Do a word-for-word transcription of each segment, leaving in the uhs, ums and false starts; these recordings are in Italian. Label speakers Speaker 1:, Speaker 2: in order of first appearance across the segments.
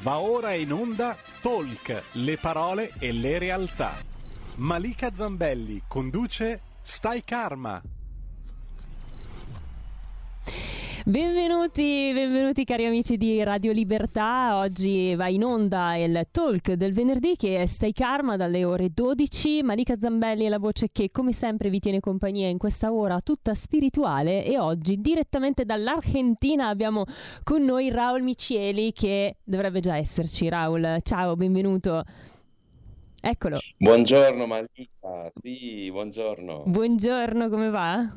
Speaker 1: Va ora in onda Talk, le parole e le realtà. Malika Zambelli conduce Stai Karma.
Speaker 2: Benvenuti, benvenuti cari amici di Radio Libertà. Oggi va in onda il Talk del venerdì che è Stai Karma dalle ore dodici. Malika Zambelli è la voce che come sempre vi tiene compagnia in questa ora tutta spirituale, e oggi direttamente dall'Argentina abbiamo con noi Raul Micieli, che dovrebbe già esserci. Raul, ciao, benvenuto. Eccolo.
Speaker 3: Buongiorno Malika, sì, buongiorno.
Speaker 2: Buongiorno, come va?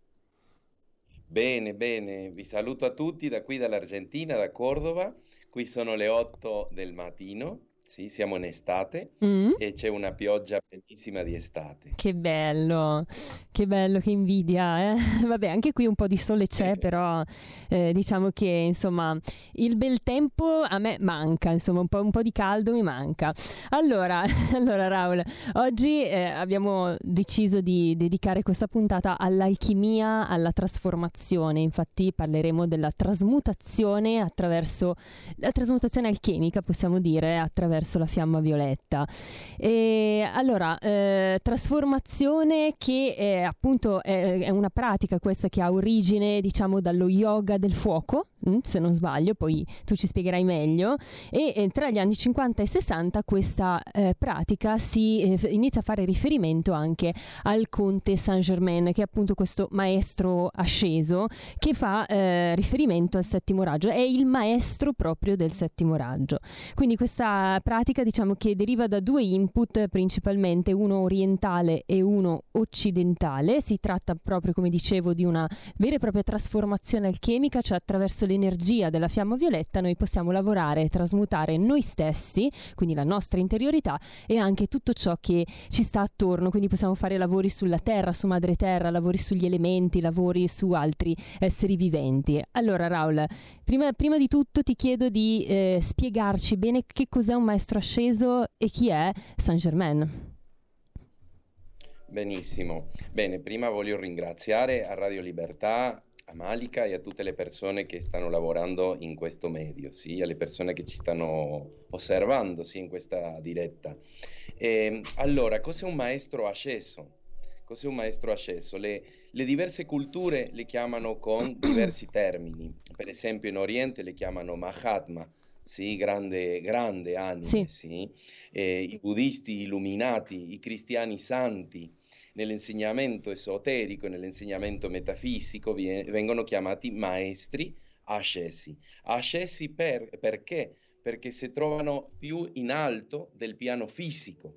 Speaker 3: Bene, bene, vi saluto a tutti da qui dall'Argentina, da Cordova. Qui sono le otto del mattino, sì, siamo in estate
Speaker 2: Mm?
Speaker 3: e c'è una pioggia bellissima di estate.
Speaker 2: Che bello, che bello, che invidia, eh? Vabbè, anche qui un po' di sole c'è, però eh, diciamo che insomma il bel tempo a me manca, insomma un po', un po' di caldo mi manca. Allora, allora Raul, oggi eh, abbiamo deciso di dedicare questa puntata all'alchimia, alla trasformazione. Infatti parleremo della trasmutazione attraverso la trasmutazione alchemica, possiamo dire, attraverso la fiamma violetta. E allora, eh, trasformazione che è, appunto è, è una pratica questa che ha origine, diciamo, dallo yoga del fuoco, mh, se non sbaglio, poi tu ci spiegherai meglio, e eh, tra gli anni cinquanta e sessanta questa eh, pratica si eh, inizia a fare riferimento anche al Conte Saint-Germain, che è appunto questo maestro asceso che fa eh, riferimento al settimo raggio, è il maestro proprio del settimo raggio. Quindi questa pratica, diciamo, che deriva da due input principalmente, uno orientale e uno occidentale. Si tratta proprio, come dicevo, di una vera e propria trasformazione alchemica, cioè attraverso l'energia della fiamma violetta noi possiamo lavorare e trasmutare noi stessi, quindi la nostra interiorità e anche tutto ciò che ci sta attorno. Quindi possiamo fare lavori sulla terra, su madre terra, lavori sugli elementi, lavori su altri esseri viventi. Allora Raul, prima, prima di tutto ti chiedo di eh, spiegarci bene che cos'è un maestro asceso e chi è Saint-Germain.
Speaker 3: Benissimo. Bene, prima voglio ringraziare a Radio Libertà, a Malika e a tutte le persone che stanno lavorando in questo medio, sì, alle persone che ci stanno osservando, sì, in questa diretta. E, allora, cos'è un maestro asceso? Cos'è un maestro asceso? Le, le diverse culture le chiamano con diversi termini. Per esempio in Oriente le chiamano Mahatma, sì, grande, grande anime,
Speaker 2: Sì.
Speaker 3: sì. Eh, i buddisti illuminati, i cristiani santi, nell'insegnamento esoterico e nell'insegnamento metafisico vie- vengono chiamati maestri ascesi. Ascesi per, perché? Perché si trovano più in alto del piano fisico.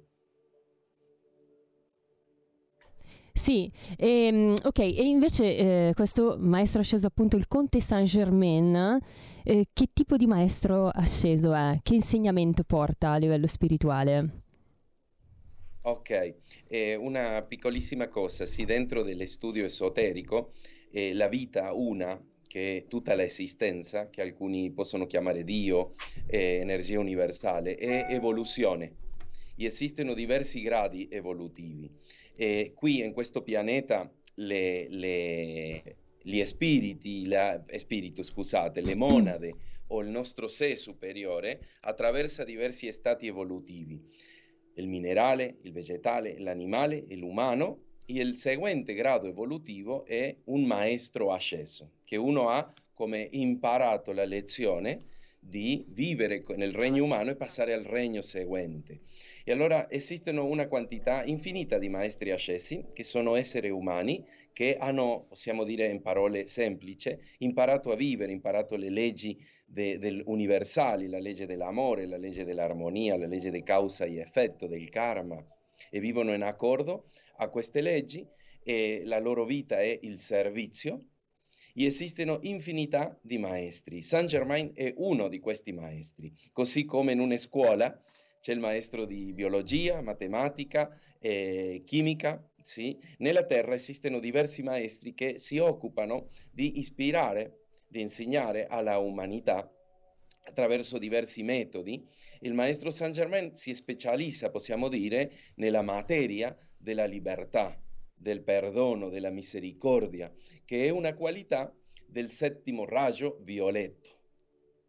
Speaker 2: Sì, ehm, ok, e invece eh, questo maestro asceso, appunto il Conte Saint-Germain, eh, che tipo di maestro asceso è? Che insegnamento porta a livello spirituale?
Speaker 3: Ok, eh, una piccolissima cosa, sì, dentro dello studio esoterico, eh, la vita una, che è tutta l'esistenza, che alcuni possono chiamare Dio, eh, energia universale, è evoluzione. Esistono diversi gradi evolutivi. E qui in questo pianeta le, le- gli spiriti, la, spirito, scusate, le monade o il nostro sé superiore attraversa diversi stati evolutivi, il minerale, il vegetale, l'animale e l'umano, e il seguente grado evolutivo è un maestro asceso, che uno ha come imparato la lezione di vivere nel regno umano e passare al regno seguente. E allora esistono una quantità infinita di maestri ascesi, che sono esseri umani, che hanno, possiamo dire in parole semplici, imparato a vivere, imparato le leggi de, del universali, la legge dell'amore, la legge dell'armonia, la legge di causa e effetto, del karma, e vivono in accordo a queste leggi, e la loro vita è il servizio. E esistono infinità di maestri. Saint Germain è uno di questi maestri, così come in una scuola c'è il maestro di biologia, matematica e chimica, sì? Nella Terra esistono diversi maestri che si occupano di ispirare, di insegnare alla umanità attraverso diversi metodi. Il maestro Saint Germain si specializza, possiamo dire, nella materia della libertà, del perdono, della misericordia, che è una qualità del settimo raggio violetto.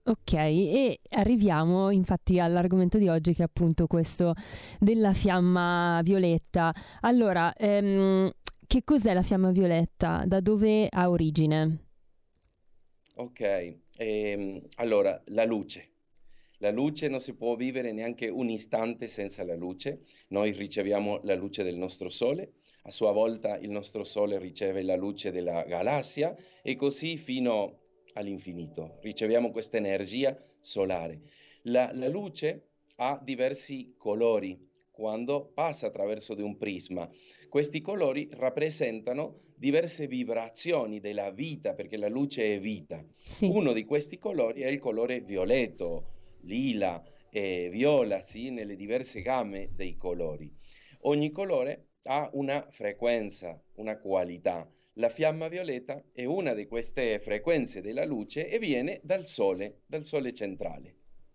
Speaker 2: Ok, e arriviamo infatti all'argomento di oggi, che è appunto questo della fiamma violetta. Allora, ehm, che cos'è la fiamma violetta? Da dove ha origine?
Speaker 3: Ok, ehm, allora la luce. La luce non si può vivere neanche un istante senza la luce. Noi riceviamo la luce del nostro sole, a sua volta il nostro sole riceve la luce della galassia e così fino all'infinito. Riceviamo questa energia solare. La, la luce ha diversi colori quando passa attraverso di un prisma. Questi colori rappresentano diverse vibrazioni della vita, perché la luce è vita.
Speaker 2: Sì.
Speaker 3: Uno di questi colori è il colore violetto, lila e viola, sì, nelle diverse gamme dei colori. Ogni colore ha una frequenza, una qualità. La fiamma violetta è una di queste frequenze della luce e viene dal sole, dal sole centrale.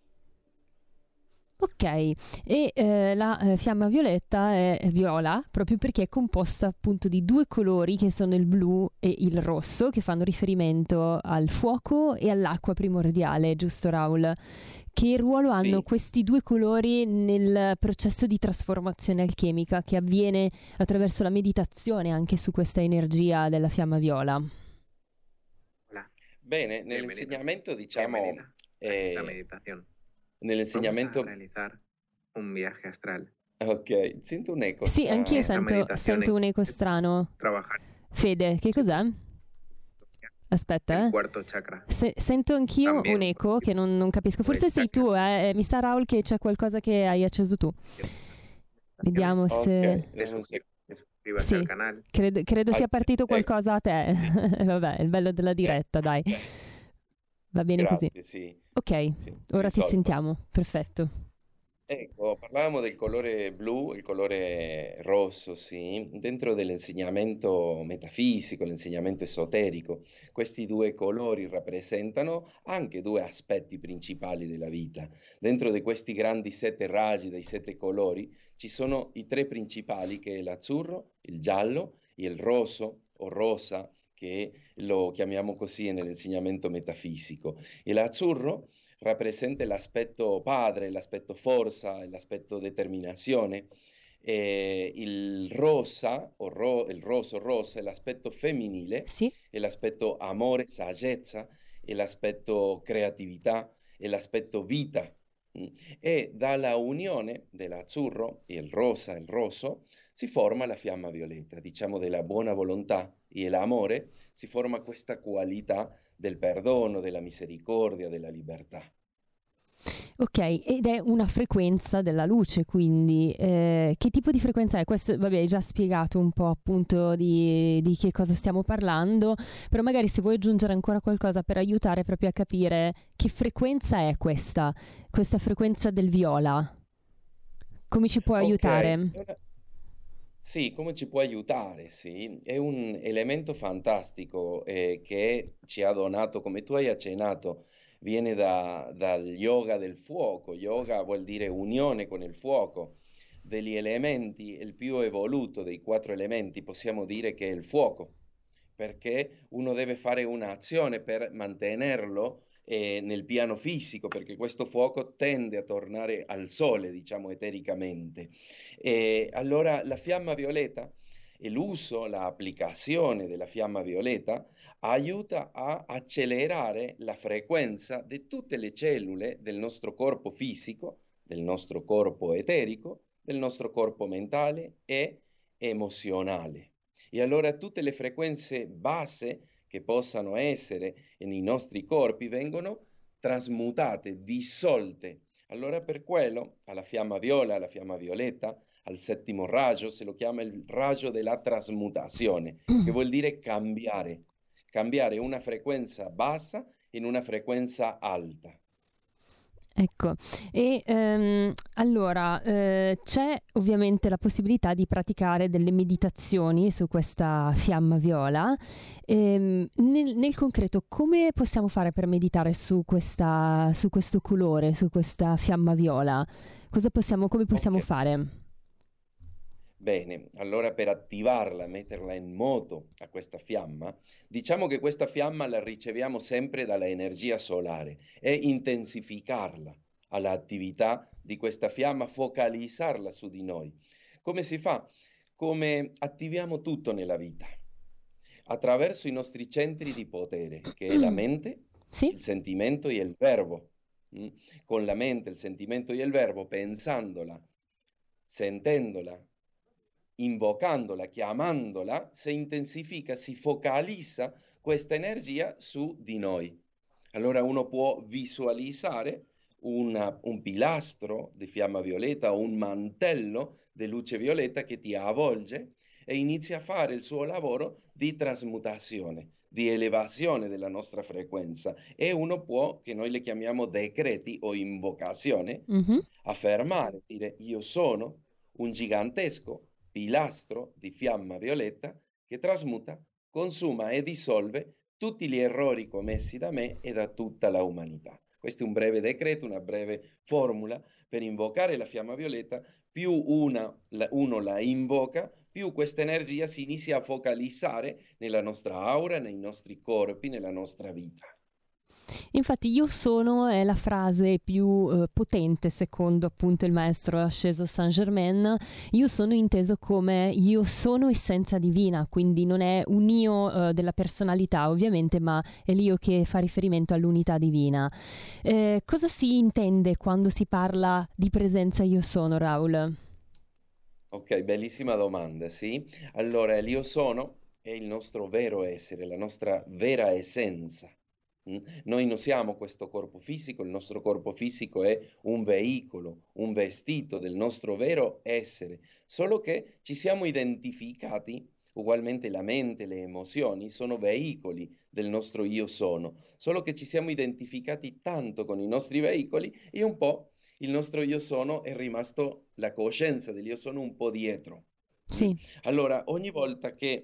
Speaker 2: Ok, e eh, la eh, fiamma violetta è viola proprio perché è composta appunto di due colori che sono il blu e il rosso, che fanno riferimento al fuoco e all'acqua primordiale, giusto Raul? Che ruolo hanno
Speaker 3: Sì,
Speaker 2: questi due colori nel processo di trasformazione alchemica che avviene attraverso la meditazione anche su questa energia della fiamma viola?
Speaker 4: Hola,
Speaker 3: bene,
Speaker 4: bienvenido,
Speaker 3: nell'insegnamento, diciamo,
Speaker 4: bienvenida a esta
Speaker 3: eh,
Speaker 4: meditación. Vamos a
Speaker 3: nell'insegnamento,
Speaker 4: realizar un viaje astral.
Speaker 3: ok, sento un eco
Speaker 2: Sì,
Speaker 4: En
Speaker 2: anch'io
Speaker 3: strano.
Speaker 4: esta
Speaker 2: sento,
Speaker 4: meditación
Speaker 2: sento un eco strano.
Speaker 4: trabajar
Speaker 2: Fede, che
Speaker 4: sí,
Speaker 2: cos'è? Aspetta,
Speaker 4: el
Speaker 2: eh.
Speaker 4: cuarto chakra.
Speaker 2: Se- sento anch'io un
Speaker 4: También
Speaker 2: eco che non, non capisco. Forse sei
Speaker 4: chakra.
Speaker 2: tu, eh. Mi sa Raul che c'è qualcosa che hai acceso tu. Vediamo
Speaker 3: Ok,
Speaker 2: se...
Speaker 4: Te
Speaker 3: non so.
Speaker 4: suscri- te suscribas
Speaker 2: Sì,
Speaker 4: al canal.
Speaker 2: credo, credo sia
Speaker 3: Ah,
Speaker 2: partito
Speaker 3: ecco,
Speaker 2: qualcosa a te.
Speaker 3: sì,
Speaker 2: Vabbè, il bello della diretta,
Speaker 3: eh,
Speaker 2: dai.
Speaker 3: ok,
Speaker 2: Va bene così.
Speaker 3: grazie, sì,
Speaker 2: Ok,
Speaker 3: sì,
Speaker 2: ora ti
Speaker 3: risolto.
Speaker 2: sentiamo. Perfetto.
Speaker 3: Ecco, parlavamo del colore blu, il colore rosso, sì, dentro dell'insegnamento metafisico, l'insegnamento esoterico, questi due colori rappresentano anche due aspetti principali della vita. Dentro di questi grandi sette raggi dei sette colori ci sono i tre principali, che è l'azzurro, il giallo e il rosso o rosa, che lo chiamiamo così nell'insegnamento metafisico. E l'azzurro rappresenta l'aspetto padre, l'aspetto forza, l'aspetto determinazione. E il rosa, o ro- il rosso rosa, è l'aspetto femminile,
Speaker 2: Sì?
Speaker 3: è l'aspetto amore, saggezza, è l'aspetto creatività, è l'aspetto vita. Mm. E dalla unione dell'azzurro e il rosa e il rosso si forma la fiamma violetta, diciamo della buona volontà e l'amore, si forma questa qualità del perdono, della misericordia, della libertà.
Speaker 2: Ok, ed è una frequenza della luce, quindi eh, che tipo di frequenza è? Questo, vabbè, hai già spiegato un po' appunto di, di che cosa stiamo parlando, però magari se vuoi aggiungere ancora qualcosa per aiutare proprio a capire che frequenza è questa, questa frequenza del viola, come ci può
Speaker 3: Ok,
Speaker 2: aiutare?
Speaker 3: è una- sì, come ci può aiutare? Sì, è un elemento fantastico eh, che ci ha donato, come tu hai accennato, viene da- dal yoga del fuoco. Yoga vuol dire unione con il fuoco. Degli elementi, il più evoluto dei quattro elementi, possiamo dire che è il fuoco, perché uno deve fare un'azione per mantenerlo eh, nel piano fisico, perché questo fuoco tende a tornare al sole, diciamo etericamente. E allora la fiamma violeta e l'uso, l'applicazione della fiamma violeta aiuta a accelerare la frequenza di tutte le cellule del nostro corpo fisico, del nostro corpo eterico, del nostro corpo mentale e emozionale. E allora tutte le frequenze base che possano essere nei nostri corpi vengono trasmutate, dissolte. Allora per quello alla fiamma viola, alla fiamma violetta, al settimo raggio se lo chiama il raggio della trasmutazione, che vuol dire cambiare, cambiare una frequenza bassa in una frequenza alta.
Speaker 2: Ecco, e ehm, allora eh, c'è ovviamente la possibilità di praticare delle meditazioni su questa fiamma viola. Ehm, nel, nel concreto, come possiamo fare per meditare su questa, su questo colore, su questa fiamma viola? Cosa possiamo, come possiamo
Speaker 3: Ok.
Speaker 2: fare?
Speaker 3: Bene, allora per attivarla, metterla in moto a questa fiamma, diciamo che questa fiamma la riceviamo sempre dalla energia solare e intensificarla all'attività di questa fiamma, focalizzarla su di noi. Come si fa? Come attiviamo tutto nella vita? Attraverso i nostri centri di potere, che è la mente,
Speaker 2: Sì?
Speaker 3: il sentimento e il verbo. Mm? Con la mente, il sentimento e il verbo, pensandola, sentendola, invocandola, chiamandola, si intensifica, si focalizza questa energia su di noi. Allora uno può visualizzare una, un pilastro di fiamma violetta o un mantello di luce violetta che ti avvolge e inizia a fare il suo lavoro di trasmutazione, di elevazione della nostra frequenza. E uno può, che noi le chiamiamo decreti o invocazione,
Speaker 2: Mhm.
Speaker 3: affermare, dire io sono un gigantesco pilastro di fiamma violetta che trasmuta, consuma e dissolve tutti gli errori commessi da me e da tutta la umanità. Questo è un breve decreto, una breve formula per invocare la fiamma violetta. Più una, la, uno la invoca, più questa energia si inizia a focalizzare nella nostra aura, nei nostri corpi, nella nostra vita.
Speaker 2: Infatti io sono è la frase più eh, potente secondo appunto il maestro asceso Saint Germain. Io sono inteso come io sono essenza divina, quindi non è un io eh, della personalità ovviamente, ma è l'io che fa riferimento all'unità divina. Eh, cosa si intende quando si parla di presenza io sono, Raul?
Speaker 3: Ok, bellissima domanda, sì. Allora, l'io sono è il nostro vero essere, la nostra vera essenza. Mm? Noi non siamo questo corpo fisico, il nostro corpo fisico è un veicolo, un vestito del nostro vero essere, solo che ci siamo identificati, ugualmente la mente, le emozioni sono veicoli del nostro io sono, solo che ci siamo identificati tanto con i nostri veicoli e un po' il nostro io sono è rimasto, la coscienza dell'io sono un po' dietro. Mm?
Speaker 2: Sì.
Speaker 3: Allora, ogni volta che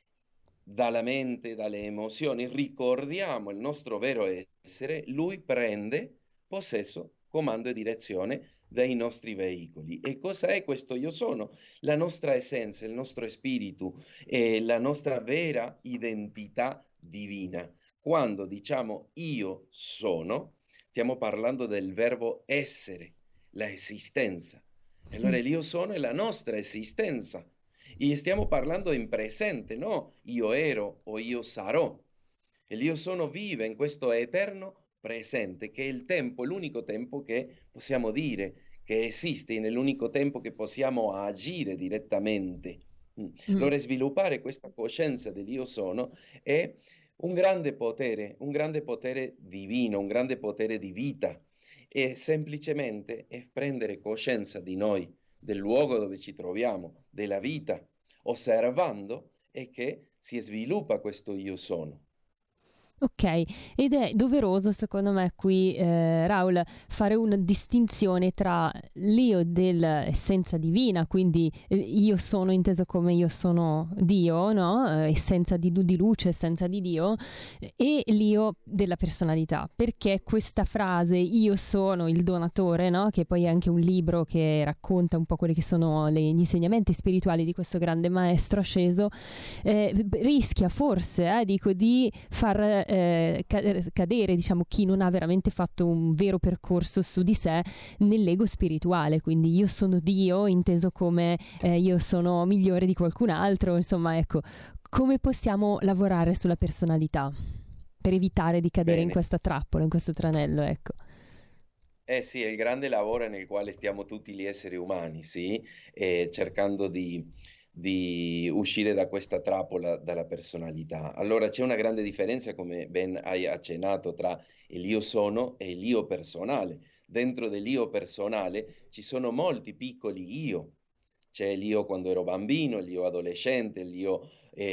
Speaker 3: dalla mente, dalle emozioni, ricordiamo il nostro vero essere, lui prende possesso, comando e direzione dai nostri veicoli. E cosa è questo io sono? La nostra essenza, il nostro spirito e la nostra vera identità divina. Quando diciamo io sono, stiamo parlando del verbo essere, la esistenza. E allora l'io sono è la nostra esistenza. E stiamo parlando in presente, no? Io ero o io sarò. E l'io sono vive in questo eterno presente, che è il tempo, l'unico tempo che possiamo dire che esiste, nell'unico tempo che possiamo agire direttamente. Mm.
Speaker 2: Mm.
Speaker 3: Allora sviluppare questa coscienza dell'io sono è un grande potere, un grande potere divino, un grande potere di vita. E semplicemente è prendere coscienza di noi, del luogo dove ci troviamo, della vita, osservando e che si sviluppa questo io sono.
Speaker 2: Ok, ed è doveroso secondo me qui, eh, Raul, fare una distinzione tra l'io dell'essenza divina, quindi eh, io sono inteso come io sono Dio, no? Eh, essenza di, di luce, essenza di Dio, e l'io della personalità, perché questa frase io sono il donatore, no? Che poi è anche un libro che racconta un po' quelli che sono le, gli insegnamenti spirituali di questo grande maestro asceso, eh, rischia forse, eh, dico, di far Eh, cadere, diciamo, chi non ha veramente fatto un vero percorso su di sé nell'ego spirituale, quindi io sono Dio inteso come eh, io sono migliore di qualcun altro, insomma, ecco, come possiamo lavorare sulla personalità per evitare di cadere
Speaker 3: Bene.
Speaker 2: in questa trappola, in questo tranello, ecco.
Speaker 3: Eh sì, è il grande lavoro nel quale stiamo tutti gli esseri umani, sì, e cercando di, di uscire da questa trappola dalla personalità. Allora c'è una grande differenza, come ben hai accennato, tra l'io sono e l'io personale. Dentro dell'io personale ci sono molti piccoli io. C'è l'io quando ero bambino, l'io adolescente, l'io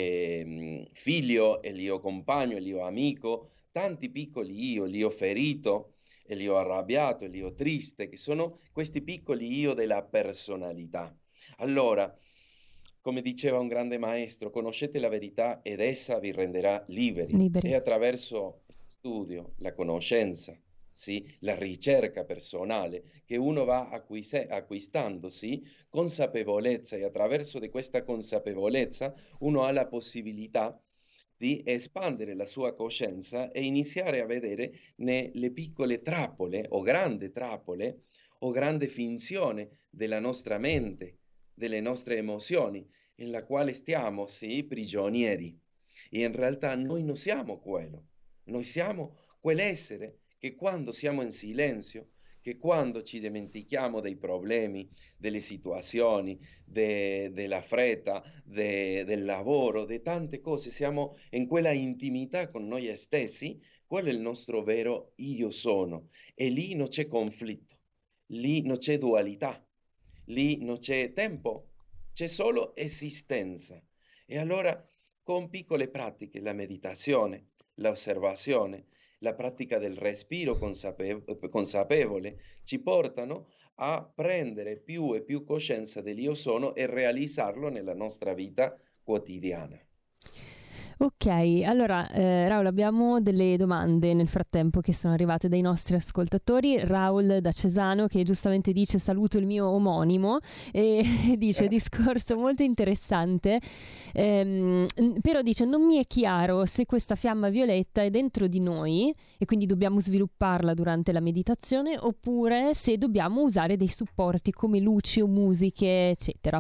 Speaker 3: eh, figlio, l'io compagno, l'io amico, tanti piccoli io, l'io ferito e l'io arrabbiato, e l'io triste, che sono questi piccoli io della personalità. Allora, come diceva un grande maestro, conoscete la verità ed essa vi renderà liberi.
Speaker 2: Liberi.
Speaker 3: E attraverso lo studio, la conoscenza sì, la ricerca personale che uno va acquise- acquistando, sì, consapevolezza, e attraverso di questa consapevolezza uno ha la possibilità di espandere la sua coscienza e iniziare a vedere nelle piccole trappole o grandi trappole o grande finzione della nostra mente, delle nostre emozioni, in la quale stiamo, sì, prigionieri. E in realtà noi non siamo quello, noi siamo quell'essere che quando siamo in silenzio, che quando ci dimentichiamo dei problemi, delle situazioni, de- della fretta, de- del lavoro, di tante cose, siamo in quella intimità con noi stessi, quello è il nostro vero io sono. E lì non c'è conflitto, lì non c'è dualità, lì non c'è tempo, c'è solo esistenza. E allora con piccole pratiche, la meditazione, l'osservazione, la pratica del respiro consapevo- consapevole, ci portano a prendere più e più coscienza dell'io sono e realizzarlo nella nostra vita quotidiana.
Speaker 2: Ok, allora eh, Raul, abbiamo delle domande nel frattempo che sono arrivate dai nostri ascoltatori. Raul da Cesano che giustamente dice saluto il mio omonimo e dice discorso molto interessante, ehm, però dice non mi è chiaro se questa fiamma violetta è dentro di noi e quindi dobbiamo svilupparla durante la meditazione oppure se dobbiamo usare dei supporti come luci o musiche eccetera.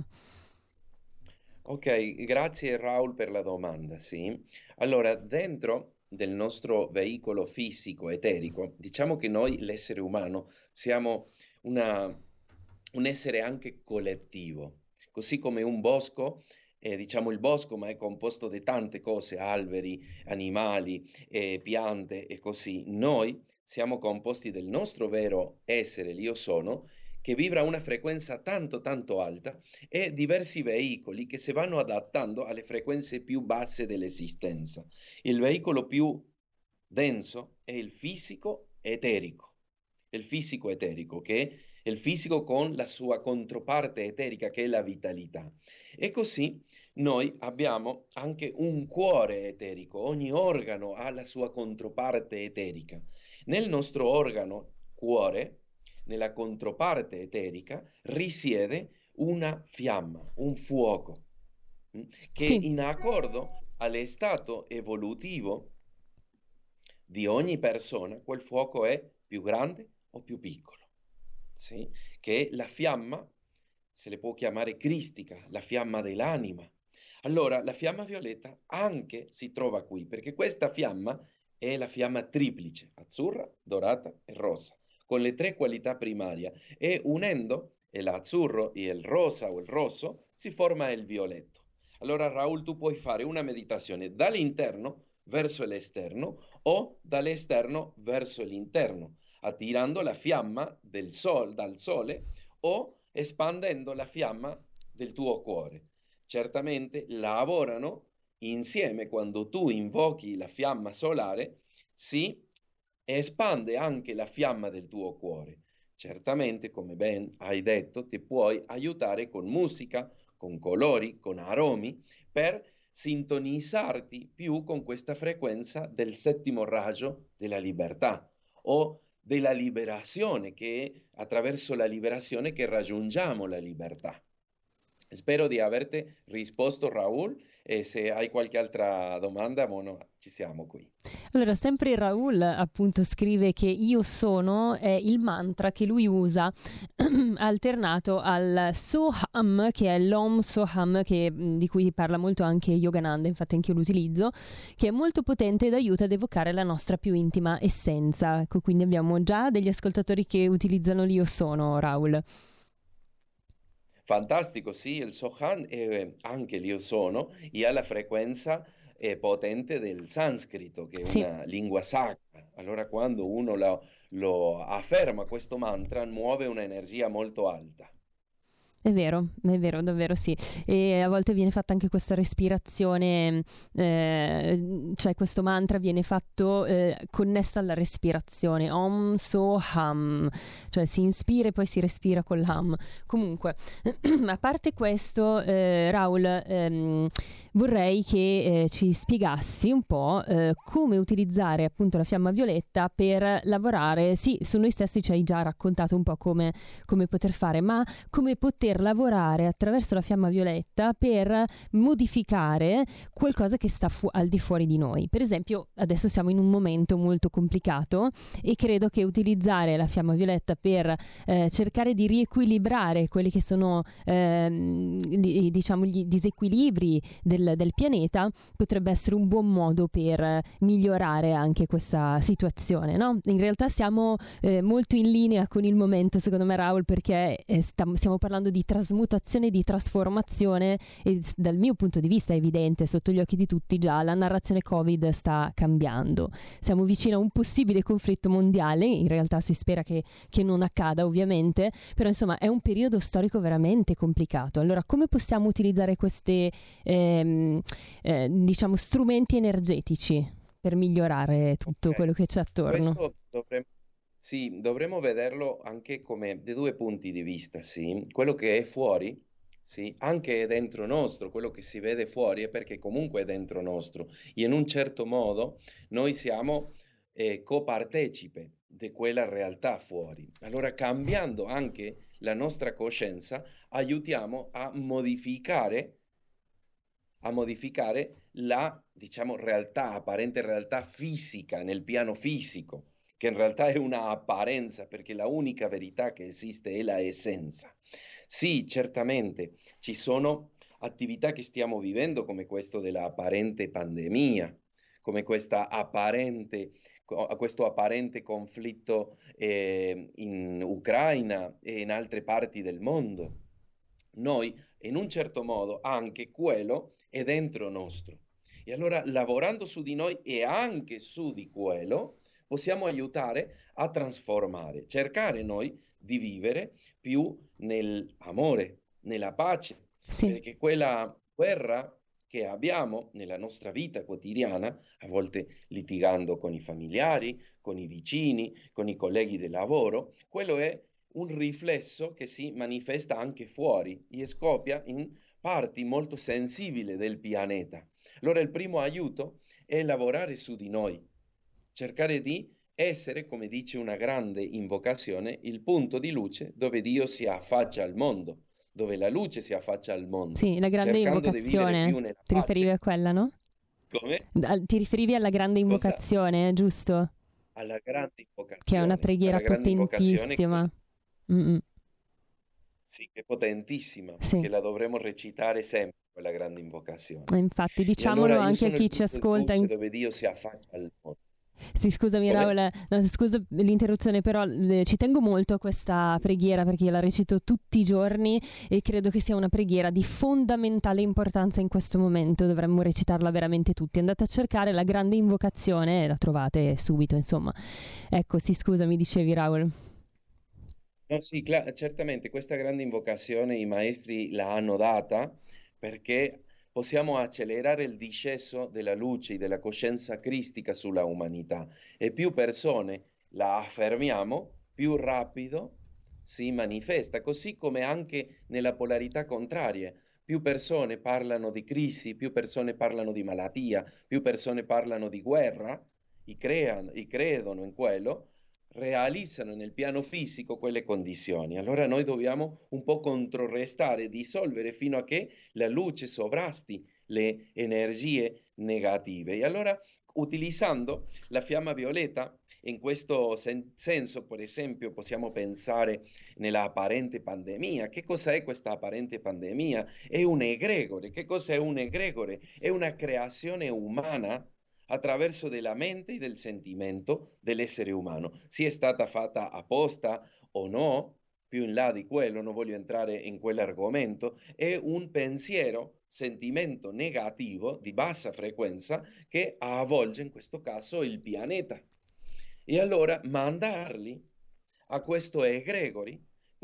Speaker 3: Ok, grazie Raul per la domanda, sì. Allora, dentro del nostro veicolo fisico eterico, diciamo che noi, l'essere umano, siamo una, un essere anche collettivo, così come un bosco, eh, diciamo il bosco, ma è composto di tante cose, alberi, animali, eh, piante e così. Noi siamo composti del nostro vero essere, l'io sono, che vibra a una frequenza tanto tanto alta e diversi veicoli che si vanno adattando alle frequenze più basse dell'esistenza. Il veicolo più denso è il fisico eterico, il fisico eterico che è il fisico con la sua controparte eterica che è la vitalità. E così noi abbiamo anche un cuore eterico, ogni organo ha la sua controparte eterica. Nel nostro organo cuore, nella controparte eterica, risiede una fiamma, un fuoco, mh, che
Speaker 2: Sì.
Speaker 3: in accordo allo stato evolutivo di ogni persona, quel fuoco è più grande o più piccolo, sì? Che la fiamma se le può chiamare cristica, la fiamma dell'anima. Allora, la fiamma violetta anche si trova qui, perché questa fiamma è la fiamma triplice, azzurra, dorata e rosa, con le tre qualità primarie, e unendo l'azzurro e il rosa o il rosso si forma il violetto. Allora, Raul, tu puoi fare una meditazione dall'interno verso l'esterno o dall'esterno verso l'interno, attirando la fiamma del sol, dal sole o espandendo la fiamma del tuo cuore. Certamente lavorano insieme quando tu invochi la fiamma solare, si espande anche la fiamma del tuo cuore. Certamente, come ben hai detto, ti puoi aiutare con musica, con colori, con aromi, per sintonizzarti più con questa frequenza del settimo raggio della libertà o della liberazione, che è attraverso la liberazione che raggiungiamo la libertà. Spero di averti risposto, Raul, e se hai qualche altra domanda, buono, ci siamo qui.
Speaker 2: Allora, sempre Raul appunto scrive che io sono è il mantra che lui usa alternato al Soham, che è l'Om Soham, che, di cui parla molto anche Yogananda, infatti anche io lo utilizzo, che è molto potente ed aiuta ad evocare la nostra più intima essenza. Ecco, quindi abbiamo già degli ascoltatori che utilizzano l'io sono, Raul.
Speaker 3: Fantastico, sì, il Sohan è anche l'io sono e ha la frequenza eh, potente del sanscrito, che è
Speaker 2: Sì.
Speaker 3: una lingua sacra. Allora quando uno lo, lo afferma questo mantra, muove un'energia molto alta.
Speaker 2: È vero, è vero, davvero sì. E a volte viene fatta anche questa respirazione, eh, cioè questo mantra viene fatto eh, connesso alla respirazione, Om So Ham, cioè si inspira e poi si respira con l'Ham. Comunque, a parte questo, eh, Raul, ehm, vorrei che eh, ci spiegassi un po' eh, come utilizzare appunto la fiamma violetta per lavorare. Sì, su noi stessi ci hai già raccontato un po' come, come poter fare, ma come poter lavorare attraverso la fiamma violetta per modificare qualcosa che sta fu- al di fuori di noi. Per esempio, adesso siamo in un momento molto complicato e credo che utilizzare la fiamma violetta per eh, cercare di riequilibrare quelli che sono ehm, li, diciamo gli disequilibri del, del pianeta potrebbe essere un buon modo per migliorare anche questa situazione, no? In realtà siamo eh, molto in linea con il momento, secondo me, Raul, perché eh, stiamo, stiamo parlando di trasmutazione, di trasformazione e dal mio punto di vista è evidente, sotto gli occhi di tutti già, la narrazione Covid sta cambiando. Siamo vicini a un possibile conflitto mondiale, in realtà si spera che, che non accada ovviamente, però insomma è un periodo storico veramente complicato. Allora come possiamo utilizzare questi ehm, eh, diciamo strumenti energetici per migliorare tutto
Speaker 3: Ok,
Speaker 2: quello che c'è attorno?
Speaker 3: questo dovremmo, sì, dovremmo vederlo anche come dai due punti di vista, sì. Quello che è fuori, sì, anche dentro nostro, quello che si vede fuori è perché comunque è dentro nostro. E in un certo modo noi siamo eh, copartecipe di quella realtà fuori. Allora, cambiando anche la nostra coscienza, aiutiamo a modificare a modificare la, diciamo, realtà, apparente realtà fisica nel piano fisico, che in realtà è una apparenza, perché la unica verità che esiste è la essenza. Sì, certamente ci sono attività che stiamo vivendo come questo della apparente pandemia, come questa apparente, co- questo apparente conflitto eh, in Ucraina e in altre parti del mondo. Noi, in un certo modo, anche quello è dentro nostro. E allora, lavorando su di noi e anche su di quello, possiamo aiutare a trasformare, cercare noi di vivere più nell'amore, nella pace,
Speaker 2: Sì.
Speaker 3: perché quella guerra che abbiamo nella nostra vita quotidiana, a volte litigando con i familiari, con i vicini, con i colleghi del lavoro, quello è un riflesso che si manifesta anche fuori e scoppia in parti molto sensibili del pianeta. Allora il primo aiuto è lavorare su di noi, cercare di essere, come dice una grande invocazione, il punto di luce dove Dio si affaccia al mondo, dove la luce si affaccia al mondo,
Speaker 2: Sì, la grande
Speaker 3: cercando di vivere più
Speaker 2: invocazione,
Speaker 3: nella
Speaker 2: ti riferivi
Speaker 3: pace.
Speaker 2: a quella, no?
Speaker 3: Come?
Speaker 2: Al- Ti riferivi alla grande
Speaker 3: Cosa?
Speaker 2: invocazione, giusto?
Speaker 3: Alla grande
Speaker 2: Che è una
Speaker 3: invocazione,
Speaker 2: preghiera
Speaker 3: alla grande invocazione che
Speaker 2: potentissima. Mm-mm.
Speaker 3: sì, che è potentissima,
Speaker 2: Sì,
Speaker 3: che la dovremo recitare sempre, quella grande invocazione.
Speaker 2: e infatti
Speaker 3: E
Speaker 2: diciamolo
Speaker 3: allora io
Speaker 2: anche a
Speaker 3: sono il
Speaker 2: chi ci
Speaker 3: punto di
Speaker 2: ascolta.
Speaker 3: luce
Speaker 2: in-
Speaker 3: dove Dio si affaccia al mondo.
Speaker 2: Sì, scusami
Speaker 3: Come?
Speaker 2: Raul, no, scusa l'interruzione, però eh, ci tengo molto a questa preghiera perché io la recito tutti i giorni e credo che sia una preghiera di fondamentale importanza in questo momento. Dovremmo recitarla veramente tutti. Andate a cercare la grande invocazione e la trovate subito, insomma. Ecco, sì, scusa, mi dicevi Raul.
Speaker 3: No, sì, cla- certamente questa grande invocazione i maestri la hanno data perché possiamo accelerare il discesso della luce e della coscienza cristica sulla umanità e più persone la affermiamo, più rapido si manifesta, così come anche nella polarità contraria. Più persone parlano di crisi, più persone parlano di malattia, più persone parlano di guerra, i creano, i credono in quello realizzano nel piano fisico quelle condizioni. Allora noi dobbiamo un po' controrrestare, dissolvere fino a che la luce sovrasti le energie negative. E allora utilizzando la fiamma violeta, in questo sen- senso, per esempio, possiamo pensare nella apparente pandemia. Che cosa è questa apparente pandemia? È un egregore. Che cosa è un egregore? È una creazione umana attraverso della mente e del sentimento dell'essere umano. Sia stata fatta apposta o no, più in là di quello, non voglio entrare in quell'argomento, è un pensiero, sentimento negativo di bassa frequenza che avvolge in questo caso il pianeta. E allora mandarli a questo egregori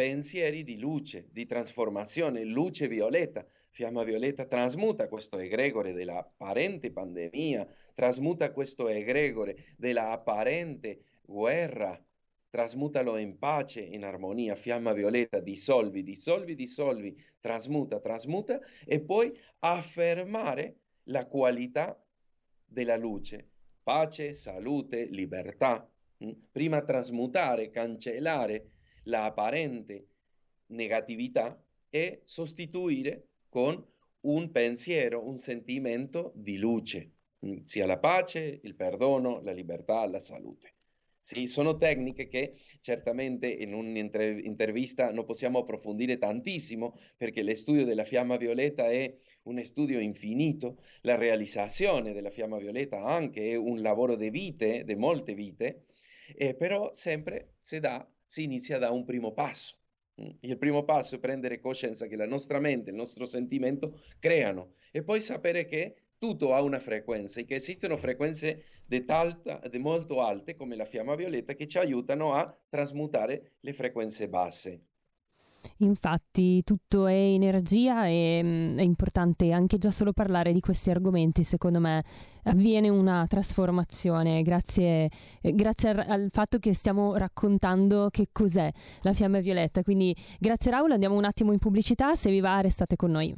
Speaker 3: pensieri di luce, di trasformazione, luce violetta. Fiamma violetta trasmuta questo egregore della apparente pandemia, trasmuta questo egregore della apparente guerra, trasmutalo in pace, in armonia. Fiamma violetta, dissolvi, dissolvi, dissolvi, trasmuta, trasmuta, e poi affermare la qualità della luce, pace, salute, libertà. Prima trasmutare, cancellare la apparente negatività e sostituire con un pensiero, un sentimento di luce, sia la pace, il perdono, la libertà, la salute. Sì, sono tecniche che certamente in un'intervista non possiamo approfondire tantissimo, perché lo studio della fiamma violetta è un studio infinito, la realizzazione della fiamma violetta anche è un lavoro di vite, di molte vite, eh, però sempre si, dà, si inizia da un primo passo. Il primo passo è prendere coscienza che la nostra mente, il nostro sentimento creano, e poi sapere che tutto ha una frequenza e che esistono frequenze di molto alte come la fiamma violetta che ci aiutano a trasmutare le frequenze basse.
Speaker 2: Infatti tutto è energia e mh, è importante anche già solo parlare di questi argomenti. Secondo me avviene una trasformazione grazie, eh, grazie al, al fatto che stiamo raccontando che cos'è la fiamma violetta. Quindi grazie Raul, andiamo un attimo in pubblicità, se vi va restate con noi.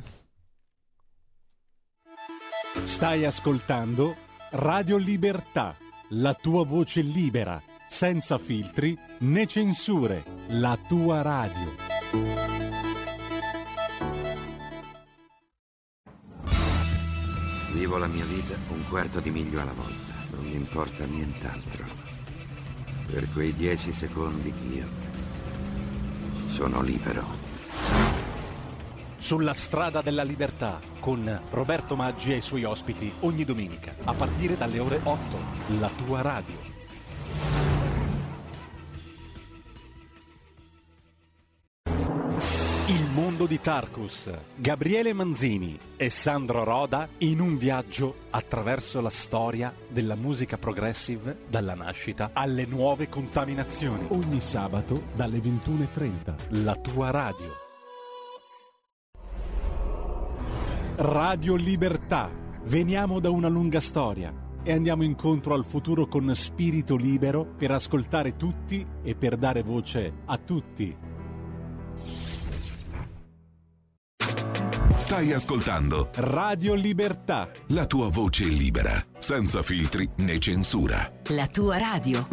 Speaker 1: Stai ascoltando Radio Libertà, la tua voce libera, senza filtri né censure, la tua radio.
Speaker 5: Vivo la mia vita un quarto di miglio alla volta, non mi importa nient'altro. Per quei dieci secondi io sono libero.
Speaker 1: Sulla strada della libertà con Roberto Maggi e i suoi ospiti ogni domenica a partire dalle ore otto, la tua radio. Il mondo di Tarkus, Gabriele Manzini e Sandro Roda in un viaggio attraverso la storia della musica progressive dalla nascita alle nuove contaminazioni.
Speaker 6: Ogni sabato dalle ventuno e trenta.
Speaker 1: La tua radio. Radio Libertà. Veniamo da una lunga storia e andiamo incontro al futuro con spirito libero per ascoltare tutti e per dare voce a tutti.
Speaker 7: Stai ascoltando
Speaker 1: Radio Libertà,
Speaker 7: la tua voce libera, senza filtri né censura.
Speaker 8: La tua radio.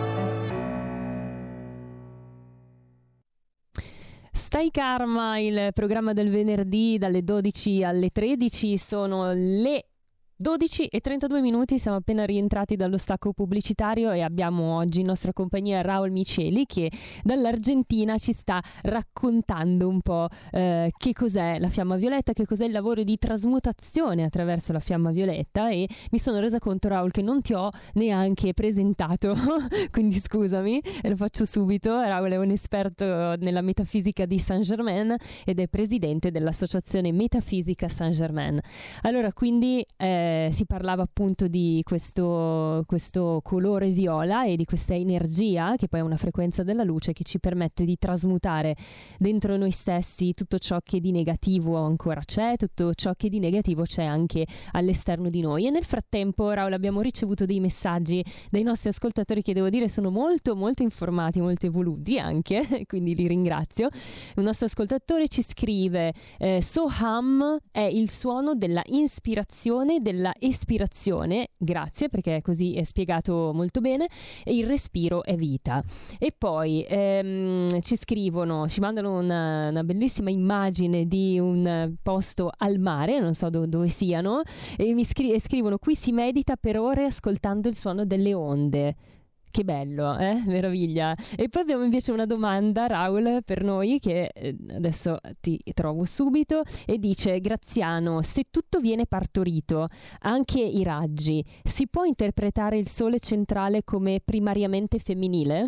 Speaker 2: Stai Karma, il programma del venerdì dalle dodici alle tredici, sono le dodici e trentadue minuti, siamo appena rientrati dallo stacco pubblicitario e abbiamo oggi in nostra compagnia Raul Miceli che dall'Argentina ci sta raccontando un po' eh, che cos'è la fiamma violetta, che cos'è il lavoro di trasmutazione attraverso la fiamma violetta, e mi sono resa conto, Raul, che non ti ho neanche presentato quindi scusami e lo faccio subito. Raul è un esperto nella metafisica di Saint Germain ed è presidente dell'associazione Metafisica Saint Germain. Allora, quindi eh, si parlava appunto di questo, questo colore viola e di questa energia che poi è una frequenza della luce che ci permette di trasmutare dentro noi stessi tutto ciò che di negativo ancora c'è, tutto ciò che di negativo c'è anche all'esterno di noi. E nel frattempo, Raul, abbiamo ricevuto dei messaggi dai nostri ascoltatori che devo dire sono molto molto informati, molto evoluti anche, quindi li ringrazio. Un nostro ascoltatore ci scrive eh, Soham è il suono della ispirazione, della espirazione, grazie perché così è spiegato molto bene, e il respiro è vita. E poi ehm, ci scrivono, ci mandano una, una bellissima immagine di un posto al mare, non so do- dove siano, e mi scri- e scrivono: qui si medita per ore ascoltando il suono delle onde. Che bello, eh? Meraviglia. E poi abbiamo invece una domanda, Raul, per noi, che eh, adesso ti trovo subito, e dice: Graziano, se tutto viene partorito, anche i raggi, si può interpretare il sole centrale come primariamente femminile?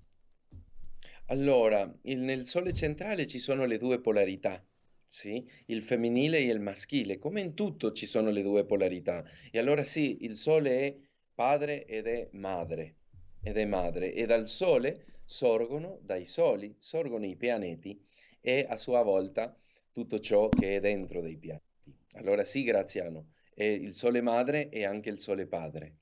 Speaker 3: Allora, il- nel sole centrale ci sono le due polarità, sì? Il femminile e il maschile, come in tutto ci sono le due polarità. E allora sì, il sole è padre ed è madre, ed è madre, e dal sole sorgono dai soli, sorgono i pianeti e a sua volta tutto ciò che è dentro dei pianeti. Allora sì, Graziano, è il Sole madre e anche il Sole padre.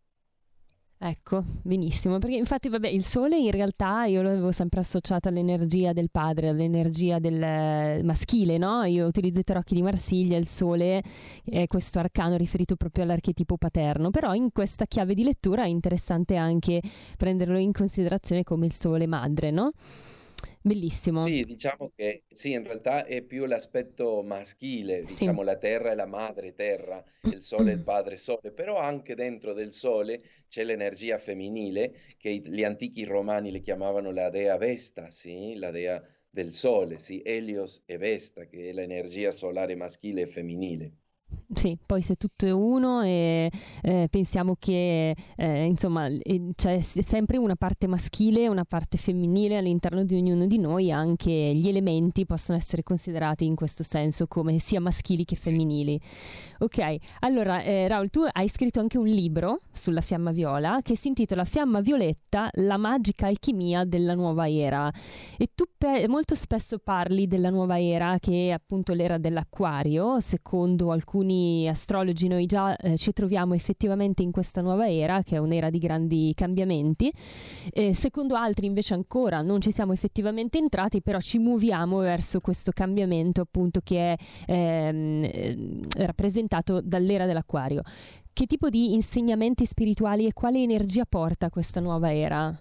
Speaker 2: Ecco, benissimo, perché infatti vabbè, il sole in realtà io l'avevo sempre associato all'energia del padre, all'energia del eh, maschile, no? Io utilizzo i tarocchi di Marsiglia, il sole è questo arcano riferito proprio all'archetipo paterno, però in questa chiave di lettura è interessante anche prenderlo in considerazione come il sole madre, no? Bellissimo.
Speaker 3: Sì, diciamo che sì, in realtà è più l'aspetto maschile,
Speaker 2: Sì.
Speaker 3: diciamo la terra è la madre terra, il sole è il padre sole, però anche dentro del sole c'è l'energia femminile che i- gli antichi romani le chiamavano la dea Vesta, sì, la dea del sole, sì, Helios e Vesta, che è l'energia solare maschile e femminile.
Speaker 2: Sì, poi se tutto è uno e eh, pensiamo che eh, insomma eh, c'è s- sempre una parte maschile e una parte femminile all'interno di ognuno di noi, anche gli elementi possono essere considerati in questo senso come sia maschili che
Speaker 3: Sì.
Speaker 2: femminili. Ok, allora eh, Raul, tu hai scritto anche un libro sulla fiamma viola che si intitola Fiamma Violetta, la magica alchimia della nuova era, e tu pe- molto spesso parli della nuova era che è appunto l'era dell'Acquario. Secondo alcuni astrologi noi già eh, ci troviamo effettivamente in questa nuova era, che è un'era di grandi cambiamenti. Eh, secondo altri invece ancora non ci siamo effettivamente entrati, però ci muoviamo verso questo cambiamento appunto che è ehm, eh, rappresentato dall'era dell'Acquario. Che tipo di insegnamenti spirituali e quale energia porta questa nuova era?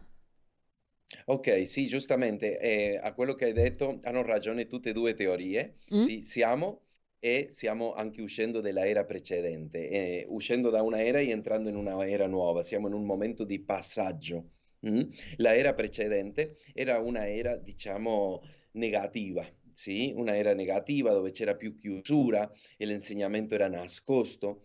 Speaker 3: Ok, sì, giustamente, eh, a quello che hai detto hanno ragione tutte e due teorie.
Speaker 2: Mm?
Speaker 3: Sì, siamo e stiamo anche uscendo dalla era precedente, eh, uscendo da una era e entrando in una era nuova. Siamo in un momento di passaggio. Mm? La era precedente era una era, diciamo, negativa. Sì, una era negativa dove c'era più chiusura e l'insegnamento era nascosto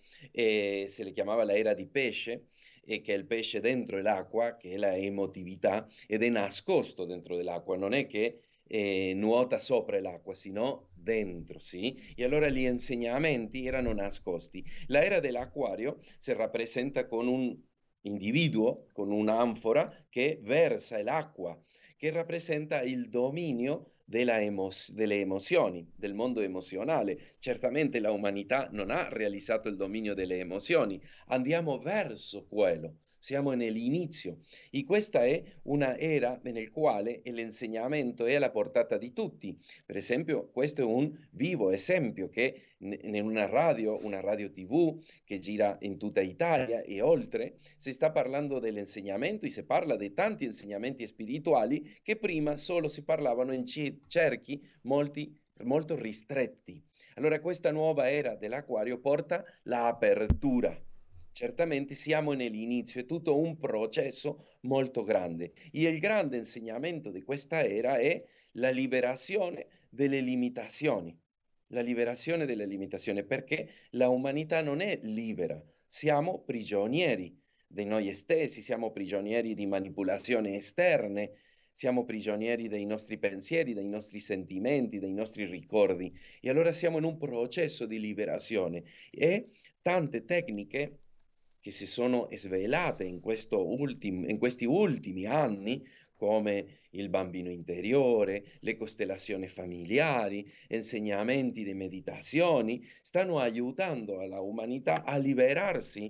Speaker 3: e se le chiamava la era di pesce e che il pesce dentro l'acqua, che è la emotività, ed è nascosto dentro dell'acqua, non è che eh, nuota sopra l'acqua, sino dentro, sì? E allora gli insegnamenti erano nascosti. La era dell'acquario si rappresenta con un individuo, con un'anfora che versa l'acqua, che rappresenta il dominio della emo- delle emozioni, del mondo emozionale. Certamente la umanità non ha realizzato il dominio delle emozioni, andiamo verso quello, siamo nell'inizio e questa è una era nel quale l'insegnamento è alla portata di tutti. Per esempio, questo è un vivo esempio che in una radio, una radio tivù che gira in tutta Italia e oltre, si sta parlando dell'insegnamento e si parla di tanti insegnamenti spirituali che prima solo si parlavano in cerchi molti, molto ristretti. Allora questa nuova era dell'Acquario porta l'apertura. Certamente siamo nell'inizio, è tutto un processo molto grande. E il grande insegnamento di questa era è la liberazione delle limitazioni. La liberazione delle limitazioni, perché la umanità non è libera, siamo prigionieri di noi stessi, siamo prigionieri di manipolazioni esterne, siamo prigionieri dei nostri pensieri, dei nostri sentimenti, dei nostri ricordi. E allora siamo in un processo di liberazione e tante tecniche che si sono svelate in, questo ultim- in questi ultimi anni, come il bambino interiore, le costellazioni familiari, insegnamenti di meditazioni, stanno aiutando la umanità a liberarsi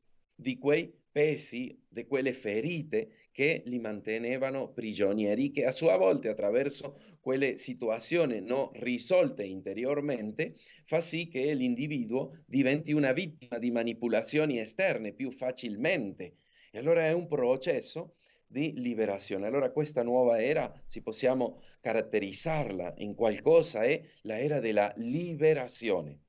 Speaker 3: di quei pesi, di quelle ferite che li mantenevano prigionieri, che a sua volta attraverso quelle situazioni non risolte interiormente fa sì che l'individuo diventi una vittima di manipolazioni esterne più facilmente. E allora è un processo di liberazione. Allora questa nuova era, se possiamo caratterizzarla in qualcosa, è la era della liberazione.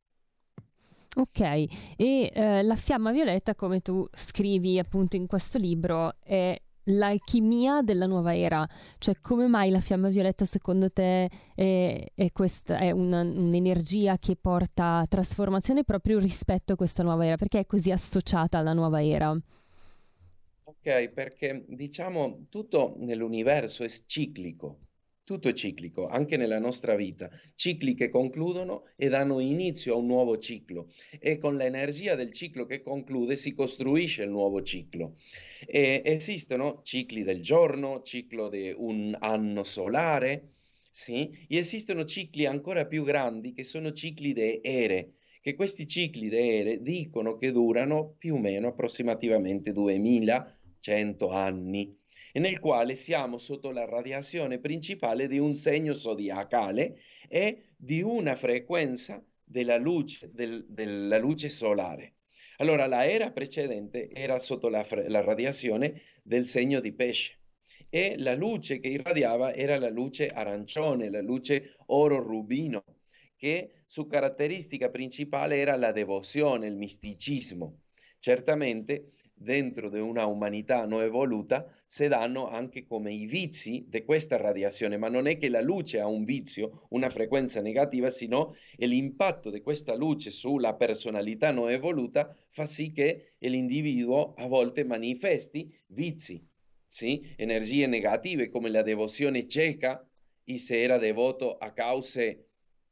Speaker 2: Ok, e eh, la fiamma violetta, come tu scrivi appunto in questo libro, è l'alchimia della nuova era. Cioè, come mai la fiamma violetta secondo te è, è, questa, è una, un'energia che porta trasformazione proprio rispetto a questa nuova era? Perché è così associata alla nuova era?
Speaker 3: Ok, perché diciamo tutto nell'universo è ciclico. Tutto è ciclico, anche nella nostra vita. Cicli che concludono e danno inizio a un nuovo ciclo. E con l'energia del ciclo che conclude si costruisce il nuovo ciclo. E esistono cicli del giorno, ciclo di un anno solare, sì? E esistono cicli ancora più grandi che sono cicli di ere, che questi cicli di ere dicono che durano più o meno approssimativamente duemilacento anni, e nel quale siamo sotto la radiazione principale di un segno zodiacale e di una frequenza della luce, del, della luce solare. Allora, la era precedente era sotto la, la radiazione del segno di pesce e la luce che irradiava era la luce arancione, la luce oro rubino, che su caratteristica principale era la devozione, il misticismo. Certamente dentro di una umanità non evoluta si danno anche come i vizi di questa radiazione, ma non è che la luce ha un vizio, una frequenza negativa, sino l'impatto di questa luce sulla personalità non evoluta fa sì che l'individuo a volte manifesti vizi, sì? Energie negative come la devozione cieca, e se era devoto a cause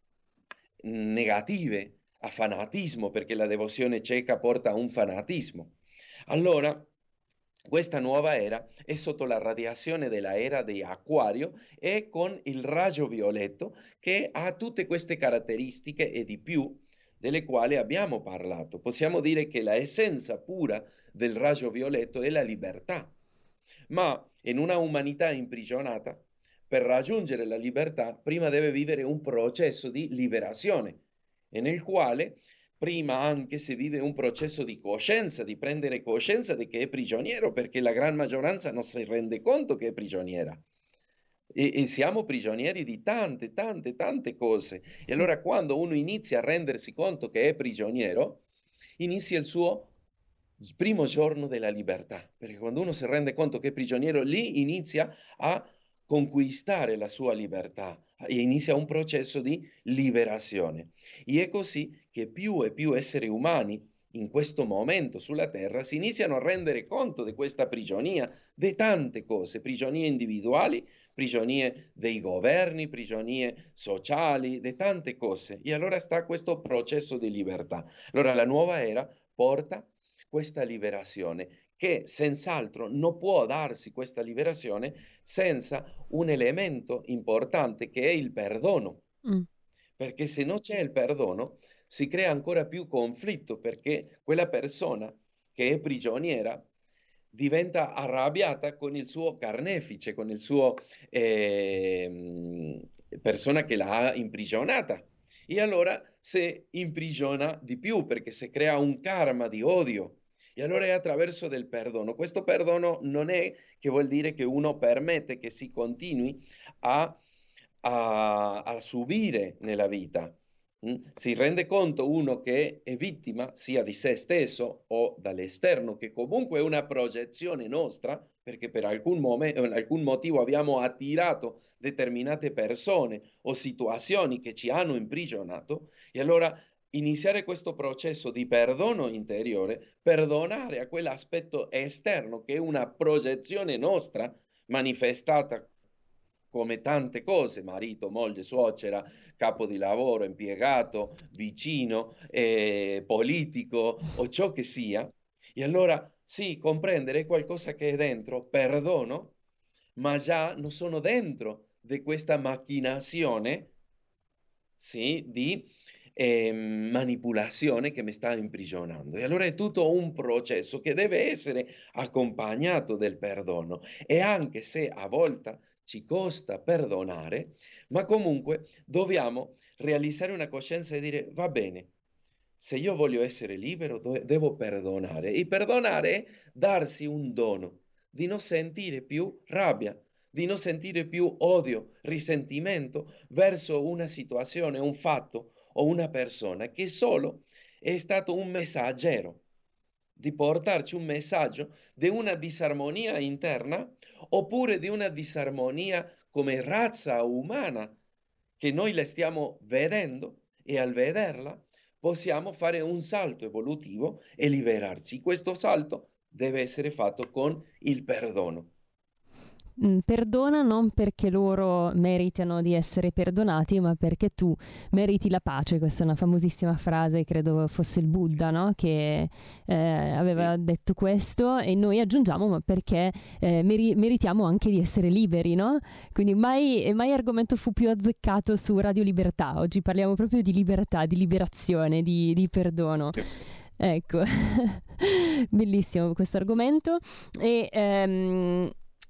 Speaker 3: negative, a fanatismo, perché la devozione cieca porta a un fanatismo. Allora, questa nuova era è sotto la radiazione della era di Acquario e con il raggio violetto che ha tutte queste caratteristiche e di più, delle quali abbiamo parlato. Possiamo dire che la essenza pura del raggio violetto è la libertà, ma in una umanità imprigionata, per raggiungere la libertà, prima deve vivere un processo di liberazione, e nel quale prima anche si vive un processo di coscienza, di prendere coscienza di che è prigioniero, perché la gran maggioranza non si rende conto che è prigioniera. E, e siamo prigionieri di tante, tante, tante cose. E allora quando uno inizia a rendersi conto che è prigioniero, inizia il suo primo giorno della libertà, perché quando uno si rende conto che è prigioniero, lì inizia a conquistare la sua libertà e inizia un processo di liberazione. E è così che più e più esseri umani in questo momento sulla Terra si iniziano a rendere conto di questa prigionia, di tante cose, prigionie individuali, prigionie dei governi, prigionie sociali, di tante cose. E allora sta questo processo di libertà. Allora la nuova era porta questa liberazione, che senz'altro non può darsi questa liberazione senza un elemento importante che è il perdono, mm. perché se non c'è il perdono si crea ancora più conflitto, perché quella persona che è prigioniera diventa arrabbiata con il suo carnefice, con il suo eh, persona che l'ha imprigionata, e allora si imprigiona di più perché si crea un karma di odio. E allora è attraverso del perdono. Questo perdono non è che vuol dire che uno permette che si continui a, a, a subire nella vita. Mm? Si rende conto uno che è vittima sia di se stesso o dall'esterno, che comunque è una proiezione nostra, perché per alcun, momento, alcun motivo abbiamo attirato determinate persone o situazioni che ci hanno imprigionato, e allora iniziare questo processo di perdono interiore, perdonare a quell'aspetto esterno che è una proiezione nostra manifestata come tante cose, marito, moglie, suocera, capo di lavoro, impiegato, vicino, eh, politico o ciò che sia. E allora sì, comprendere qualcosa che è dentro, perdono, ma già non sono dentro di questa macchinazione, sì, di Eh, manipolazione che mi sta imprigionando. E allora è tutto un processo che deve essere accompagnato del perdono, e anche se a volte ci costa perdonare, ma comunque dobbiamo realizzare una coscienza e dire: va bene, se io voglio essere libero devo perdonare, e perdonare è darsi un dono di non sentire più rabbia, di non sentire più odio, risentimento verso una situazione, un fatto o una persona che solo è stato un messaggero, di portarci un messaggio di una disarmonia interna oppure di una disarmonia come razza umana che noi le stiamo vedendo, e al vederla possiamo fare un salto evolutivo e liberarci. Questo salto deve essere fatto con il perdono.
Speaker 2: mh, perdona non perché loro meritano di essere perdonati, ma perché tu meriti la pace. Questa è una famosissima frase, credo fosse il Buddha, no? Che eh, aveva detto questo, e noi aggiungiamo ma perché eh, meri- meritiamo anche di essere liberi, no? Quindi mai, mai argomento fu più azzeccato su Radio Libertà. Oggi parliamo proprio di libertà, di liberazione, di, di perdono. Ecco, bellissimo questo argomento. E ehm,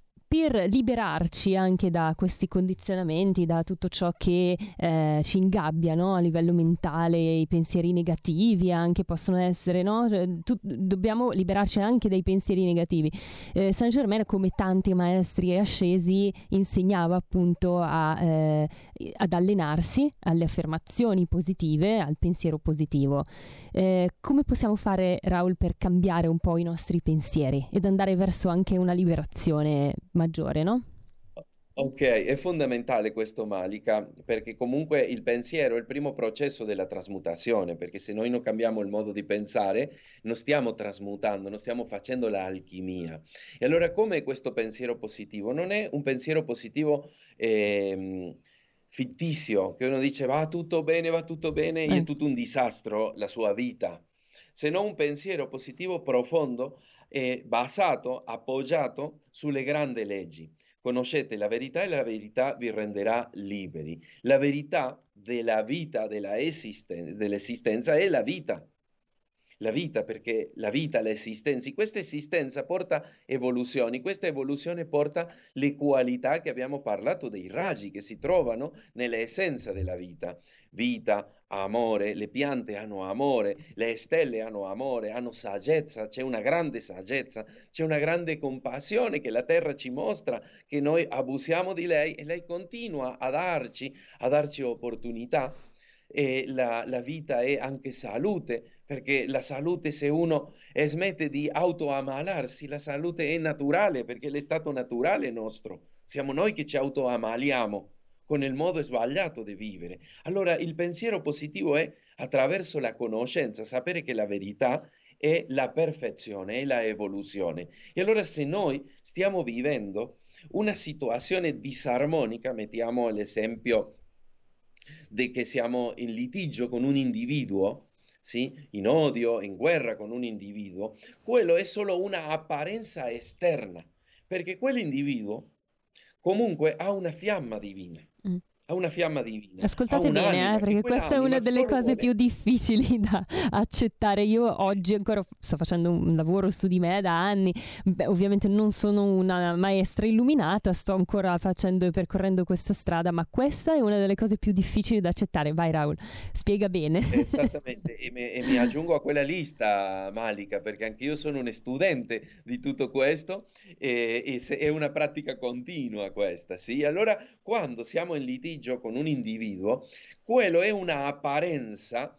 Speaker 2: per liberarci anche da questi condizionamenti, da tutto ciò che eh, ci ingabbia, no? A livello mentale, i pensieri negativi anche possono essere, no? Tu, dobbiamo liberarci anche dai pensieri negativi. Eh, Saint Germain, come tanti maestri e ascesi, insegnava appunto a, eh, ad allenarsi alle affermazioni positive, al pensiero positivo. Eh, come possiamo fare, Raul, per cambiare un po' i nostri pensieri ed andare verso anche una liberazione maggiore, no?
Speaker 3: Ok, è fondamentale questo, Malika, perché comunque il pensiero è il primo processo della trasmutazione, perché se noi non cambiamo il modo di pensare, non stiamo trasmutando, non stiamo facendo l'alchimia. E allora, come questo pensiero positivo? Non è un pensiero positivo ehm, fittizio, che uno dice va tutto bene, va tutto bene, e
Speaker 2: Eh.
Speaker 3: è tutto un disastro la sua vita, se no un pensiero positivo profondo e basato, appoggiato sulle grandi leggi. Conoscete la verità e la verità vi renderà liberi. La verità della vita, della esisten- dell'esistenza è la vita. La vita, perché la vita, l'esistenza, questa esistenza porta evoluzioni, questa evoluzione porta le qualità che abbiamo parlato dei raggi che si trovano nell'essenza della vita. Vita, amore, le piante hanno amore, le stelle hanno amore, hanno saggezza, c'è una grande saggezza, c'è una grande compassione che la terra ci mostra, che noi abusiamo di lei e lei continua a darci, a darci opportunità. E la, la vita è anche salute, perché la salute, se uno smette di autoammalarsi, la salute è naturale, perché è stato naturale nostro. Siamo noi che ci autoammaliamo con il modo sbagliato di vivere. Allora il pensiero positivo è attraverso la conoscenza, sapere che la verità è la perfezione, è la evoluzione. E allora se noi stiamo vivendo una situazione disarmonica, mettiamo l'esempio di che siamo in litigio con un individuo, sì? In odio, in guerra con un individuo, quello è solo una apparenza esterna, perché quell'individuo comunque ha una fiamma divina. Mm. Ha una fiamma divina.
Speaker 2: Ascoltate bene, eh, perché questa è una delle cose vuole... più difficili da accettare. Io sì. Oggi ancora sto facendo un lavoro su di me da anni. Beh, ovviamente non sono una maestra illuminata, sto ancora facendo e percorrendo questa strada, ma questa è una delle cose più difficili da accettare. Vai Raul, spiega bene.
Speaker 3: Esattamente, e, me, e mi aggiungo a quella lista, Malika, perché anche io sono un studente di tutto questo e, e se, è una pratica continua questa, sì? Allora, quando siamo in litigio con un individuo, quello è una apparenza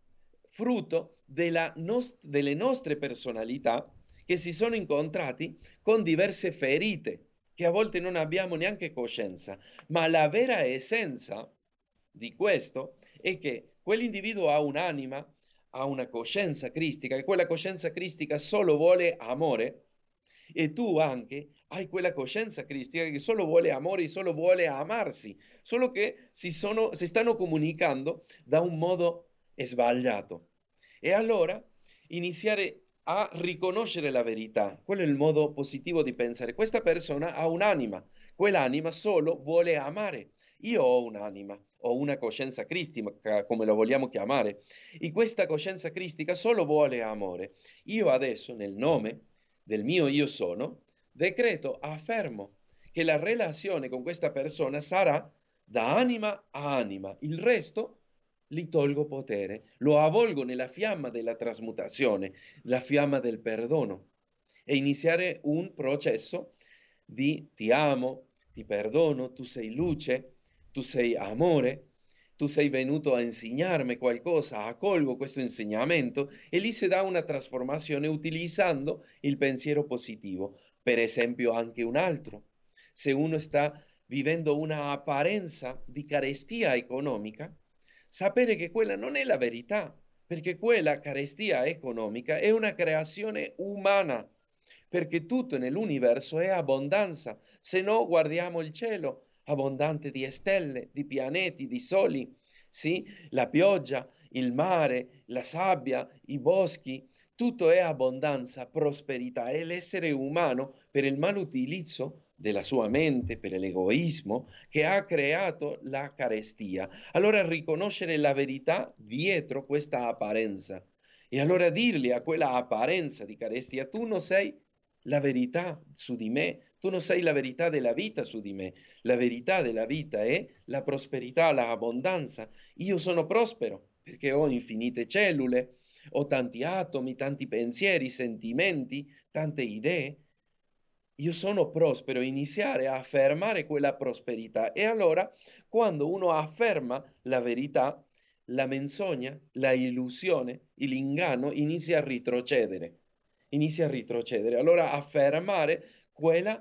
Speaker 3: frutto della nost- delle nostre personalità che si sono incontrati con diverse ferite che a volte non abbiamo neanche coscienza, ma la vera essenza di questo è che quell'individuo ha un'anima, ha una coscienza cristica e quella coscienza cristica solo vuole amore. E tu anche hai quella coscienza cristica che solo vuole amore, solo vuole amarsi, solo che si, sono, si stanno comunicando da un modo sbagliato. E allora iniziare a riconoscere la verità, quello è il modo positivo di pensare. Questa persona ha un'anima, quell'anima solo vuole amare. Io ho un'anima, ho una coscienza cristica, come lo vogliamo chiamare, e questa coscienza cristica solo vuole amore. Io adesso, nel nome del mio io sono, decreto, affermo che la relazione con questa persona sarà da anima a anima, il resto li tolgo potere, lo avvolgo nella fiamma della trasmutazione, la fiamma del perdono e iniziare un processo di ti amo, ti perdono, tu sei luce, tu sei amore, tu sei venuto a insegnarmi qualcosa, accolgo questo insegnamento e lì si dà una trasformazione utilizzando il pensiero positivo. Per esempio anche un altro, se uno sta vivendo una apparenza di carestia economica, sapere che quella non è la verità, perché quella carestia economica è una creazione umana. perché tutto nell'universo è abbondanza. Se no, guardiamo il cielo, abbondante di stelle, di pianeti, di soli, sì? La pioggia, il mare, la sabbia, i boschi, tutto è abbondanza, prosperità, e l'essere umano, per il malutilizzo della sua mente, per l'egoismo, che ha creato la carestia. Allora riconoscere la verità dietro questa apparenza, e allora dirgli a quella apparenza di carestia: tu non sei la verità su di me, tu non sei la verità della vita su di me, la verità della vita è la prosperità, l'abbondanza. Io sono prospero perché ho infinite cellule, ho tanti atomi, tanti pensieri, sentimenti, tante idee. Io sono prospero. Iniziare a affermare quella prosperità, e allora quando uno afferma la verità, la menzogna, la illusione, l'inganno inizia a retrocedere, inizia a retrocedere. Allora affermare quella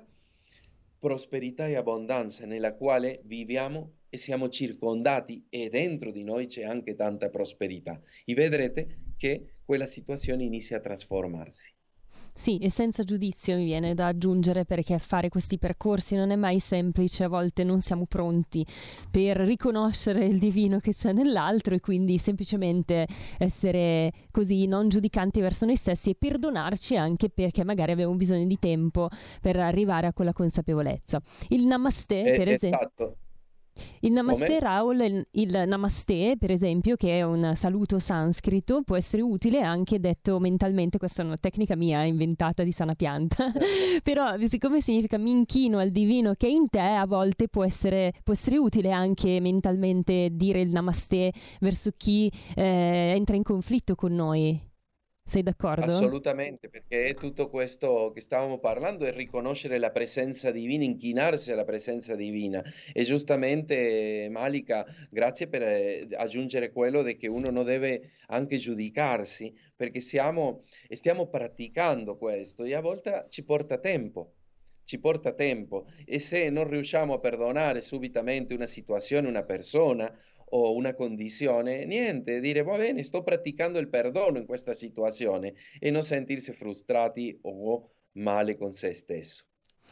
Speaker 3: prosperità e abbondanza nella quale viviamo e siamo circondati, e dentro di noi c'è anche tanta prosperità, e vedrete che quella situazione inizia a trasformarsi.
Speaker 2: Sì, e senza giudizio mi viene da aggiungere, perché fare questi percorsi non è mai semplice, a volte non siamo pronti per riconoscere il divino che c'è nell'altro, e quindi semplicemente essere così non giudicanti verso noi stessi e perdonarci, anche perché magari abbiamo bisogno di tempo per arrivare a quella consapevolezza. Il Namaste,
Speaker 3: Eh,
Speaker 2: per esempio.
Speaker 3: esatto.
Speaker 2: Il Namaste,
Speaker 3: Come?
Speaker 2: Raul, il, il Namaste, per esempio, che è un saluto sanscrito, può essere utile anche detto mentalmente. Questa è una tecnica mia inventata di sana pianta, però siccome significa mi inchino al divino che è in te, a volte può essere, può essere utile anche mentalmente dire il Namaste verso chi eh, entra in conflitto con noi. Sei d'accordo?
Speaker 3: Assolutamente, perché è tutto questo che stavamo parlando, è riconoscere la presenza divina, inchinarsi alla presenza divina. E giustamente, Malika, grazie per eh, aggiungere quello di che uno non deve anche giudicarsi, perché siamo e stiamo praticando questo, e a volte ci porta tempo. Ci porta tempo, e se non riusciamo a perdonare subitamente una situazione, una persona o una condizione, niente, dire va bene, sto praticando il perdono in questa situazione, e non sentirsi frustrati o male con se stesso.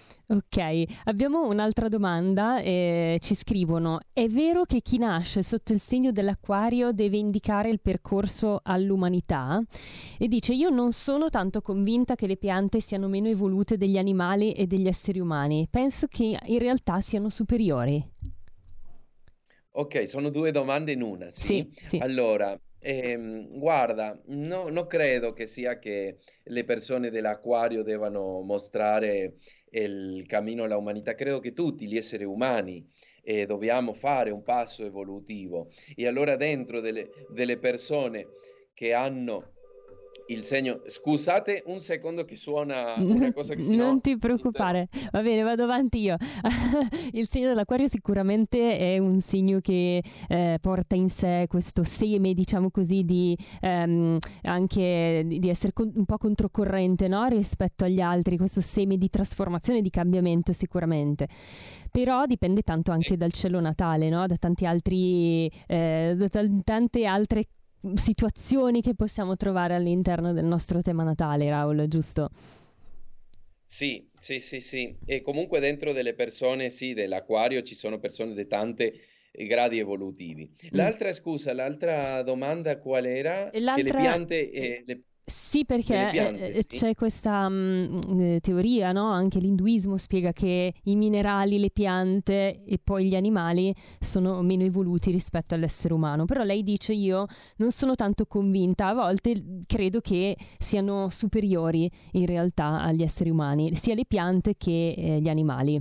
Speaker 2: Ok, abbiamo un'altra domanda, eh, ci scrivono: è vero che chi nasce sotto il segno dell'Acquario deve indicare il percorso all'umanità? E dice: io non sono tanto convinta che le piante siano meno evolute degli animali e degli esseri umani, penso che in realtà siano superiori.
Speaker 3: Ok, sono due domande in una, sì?
Speaker 2: Sì, sì.
Speaker 3: Allora, ehm, guarda, no, non credo che sia che le persone dell'Acquario devono mostrare il cammino all'umanità. Credo che tutti gli esseri umani eh, dobbiamo fare un passo evolutivo, e allora dentro delle, delle persone che hanno il segno... Scusate un secondo che suona una cosa che sennò...
Speaker 2: Non ti preoccupare, va bene, vado avanti io. Il segno dell'Acquario sicuramente è un segno che eh, porta in sé questo seme, diciamo così, di ehm, anche di essere con- un po' controcorrente, no? Rispetto agli altri, questo seme di trasformazione, di cambiamento sicuramente. Però dipende tanto anche dal cielo natale, no? Da tanti altri, eh, da t- tante altre situazioni che possiamo trovare all'interno del nostro tema natale, Raul, giusto?
Speaker 3: Sì, sì, sì, sì. E comunque dentro delle persone, sì, dell'Acquario ci sono persone di tanti gradi evolutivi.
Speaker 2: Mm.
Speaker 3: L'altra, scusa, l'altra domanda qual era?
Speaker 2: E
Speaker 3: Che le
Speaker 2: l'altra...
Speaker 3: piante... eh, le-
Speaker 2: Sì, perché
Speaker 3: delle piante,
Speaker 2: eh,
Speaker 3: sì.
Speaker 2: c'è questa mh, eh, teoria, no? Anche l'induismo spiega che i minerali, le piante e poi gli animali sono meno evoluti rispetto all'essere umano. Però lei dice: io non sono tanto convinta, a volte credo che siano superiori in realtà agli esseri umani, sia le piante che eh, gli animali.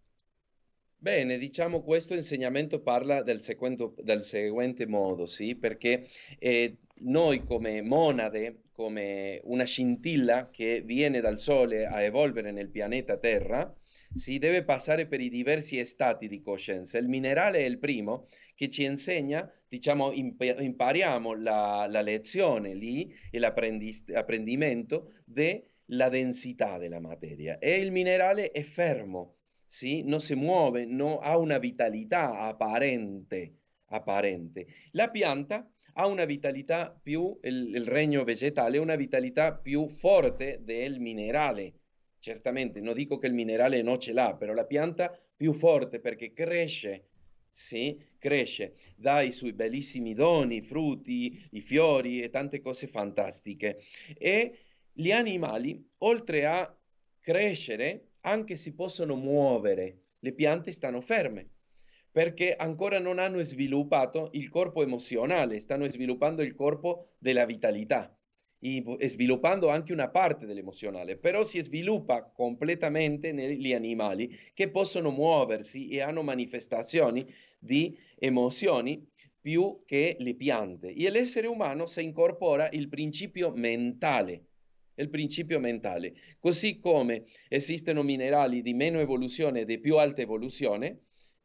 Speaker 3: Bene, diciamo questo insegnamento parla del seguente, del seguente modo, sì, perché eh, noi come monade, come una scintilla che viene dal Sole a evolvere nel pianeta Terra, si deve passare per i diversi stati di coscienza. Il minerale è il primo che ci insegna, diciamo, imp- impariamo la, la lezione lì e l'apprendimento della densità della materia. E il minerale è fermo. Sì, non si muove, non ha una vitalità apparente, apparente. La pianta ha una vitalità più, il, il regno vegetale, una vitalità più forte del minerale, certamente, non dico che il minerale non ce l'ha, però la pianta più forte perché cresce, sì, cresce, dà i suoi bellissimi doni, i frutti, i fiori e tante cose fantastiche. E gli animali, oltre a crescere, anche si possono muovere. Le piante stanno ferme perché ancora non hanno sviluppato il corpo emozionale, stanno sviluppando il corpo della vitalità e sviluppando anche una parte dell'emozionale, però si sviluppa completamente negli animali che possono muoversi e hanno manifestazioni di emozioni più che le piante. E l'essere umano si incorpora il principio mentale, il principio mentale, così come esistono minerali di meno evoluzione e di più alta evoluzione,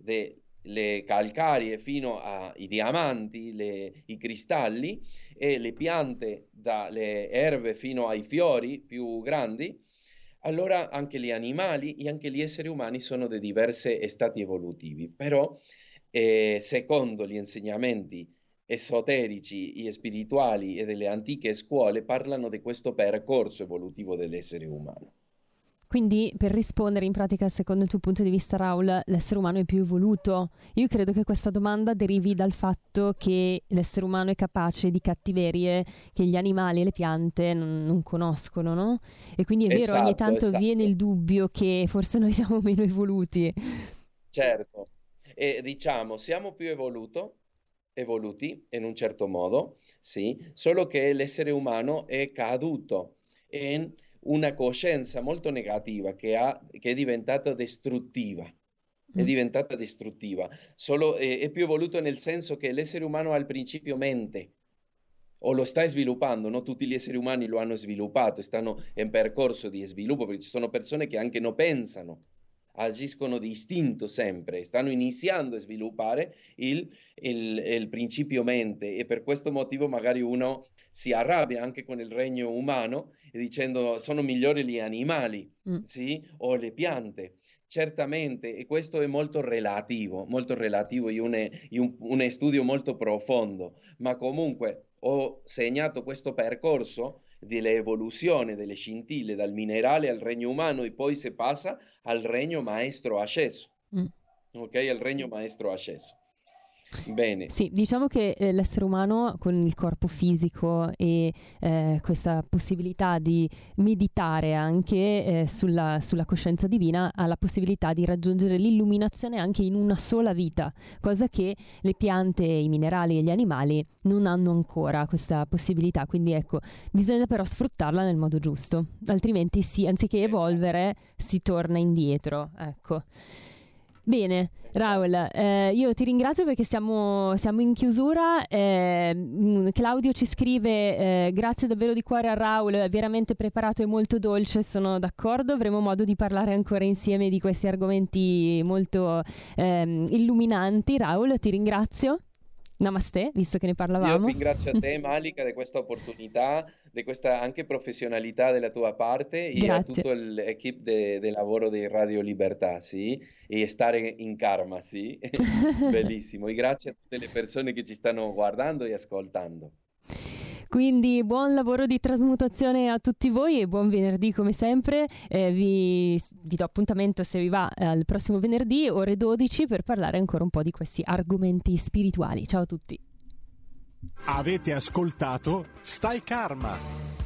Speaker 3: le calcarie fino ai diamanti, le, i cristalli, e le piante dalle erbe fino ai fiori più grandi, allora anche gli animali e anche gli esseri umani sono di diversi stati evolutivi. Però eh, secondo gli insegnamenti esoterici e spirituali e delle antiche scuole parlano di questo percorso evolutivo dell'essere umano.
Speaker 2: Quindi, per rispondere, in pratica, secondo il tuo punto di vista, Raul, l'essere umano è più evoluto? Io credo che questa domanda derivi dal fatto che l'essere umano è capace di cattiverie che gli animali e le piante non, non conoscono, no? E quindi è
Speaker 3: esatto,
Speaker 2: vero, ogni tanto
Speaker 3: esatto.
Speaker 2: viene il dubbio che forse noi siamo meno evoluti.
Speaker 3: Certo, e diciamo, siamo più evoluto, evoluti in un certo modo, sì, solo che l'essere umano è caduto in una coscienza molto negativa che, ha, che è diventata distruttiva, è diventata distruttiva, solo è, è più evoluto nel senso che l'essere umano al principio mente, o lo sta sviluppando, non tutti gli esseri umani lo hanno sviluppato, stanno in percorso di sviluppo, perché ci sono persone che anche non pensano, agiscono di istinto sempre, stanno iniziando a sviluppare il, il, il principio mente, e per questo motivo magari uno si arrabbia anche con il regno umano dicendo sono migliori gli animali, mm. sì, o le piante. Certamente, e questo è molto relativo, molto relativo e un, un, un studio molto profondo, ma comunque ho segnato questo percorso dell'evoluzione delle scintille dal minerale al regno umano e poi si passa al regno maestro asceso, mm. ok? Al regno maestro asceso. Bene.
Speaker 2: Sì, diciamo che eh, l'essere umano con il corpo fisico e eh, questa possibilità di meditare anche eh, sulla, sulla coscienza divina ha la possibilità di raggiungere l'illuminazione anche in una sola vita, cosa che le piante, i minerali e gli animali non hanno ancora questa possibilità. Quindi ecco, bisogna però sfruttarla nel modo giusto, altrimenti sì, anziché evolvere si torna indietro, ecco. Bene, Raul, eh, io ti ringrazio perché siamo, siamo in chiusura. eh, Claudio ci scrive eh, grazie davvero di cuore a Raul, è veramente preparato e molto dolce, sono d'accordo, avremo modo di parlare ancora insieme di questi argomenti molto eh, illuminanti. Raul, ti ringrazio. Namaste, visto che ne parlavamo.
Speaker 3: Io ringrazio a te, Malika, di questa opportunità, di questa anche professionalità della tua parte.
Speaker 2: Grazie.
Speaker 3: E a tutto l'equipe del de lavoro di Radio Libertà, sì, e stare in karma, sì, bellissimo. E grazie a tutte le persone che ci stanno guardando e ascoltando.
Speaker 2: Quindi buon lavoro di trasmutazione a tutti voi e buon venerdì come sempre. Eh, vi, vi do appuntamento, se vi va, al prossimo venerdì ore dodici per parlare ancora un po' di questi argomenti spirituali. Ciao a tutti.
Speaker 1: Avete ascoltato Stai Karma.